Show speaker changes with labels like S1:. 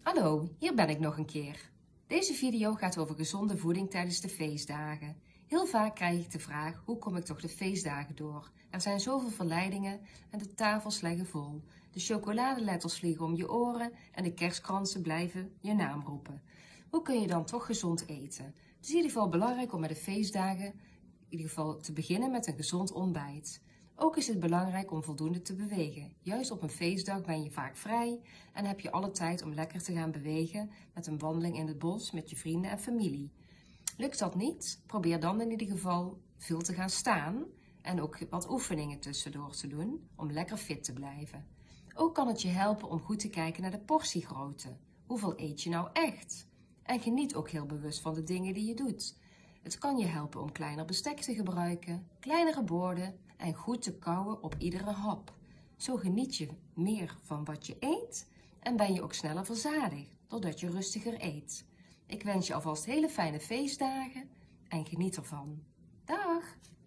S1: Hallo, hier ben ik nog een keer. Deze video gaat over gezonde voeding tijdens de feestdagen. Heel vaak krijg ik de vraag, hoe kom ik toch de feestdagen door? Er zijn zoveel verleidingen en de tafels leggen vol. De chocoladeletters vliegen om je oren en de kerstkransen blijven je naam roepen. Hoe kun je dan toch gezond eten? Het is in ieder geval belangrijk om met de feestdagen in ieder geval te beginnen met een gezond ontbijt. Ook is het belangrijk om voldoende te bewegen. Juist op een feestdag ben je vaak vrij en heb je alle tijd om lekker te gaan bewegen met een wandeling in het bos met je vrienden en familie. Lukt dat niet? Probeer dan in ieder geval veel te gaan staan en ook wat oefeningen tussendoor te doen om lekker fit te blijven. Ook kan het je helpen om goed te kijken naar de portiegrootte. Hoeveel eet je nou echt? En geniet ook heel bewust van de dingen die je doet. Het kan je helpen om kleiner bestek te gebruiken, kleinere borden en goed te kauwen op iedere hap. Zo geniet je meer van wat je eet en ben je ook sneller verzadigd doordat je rustiger eet. Ik wens je alvast hele fijne feestdagen en geniet ervan. Dag!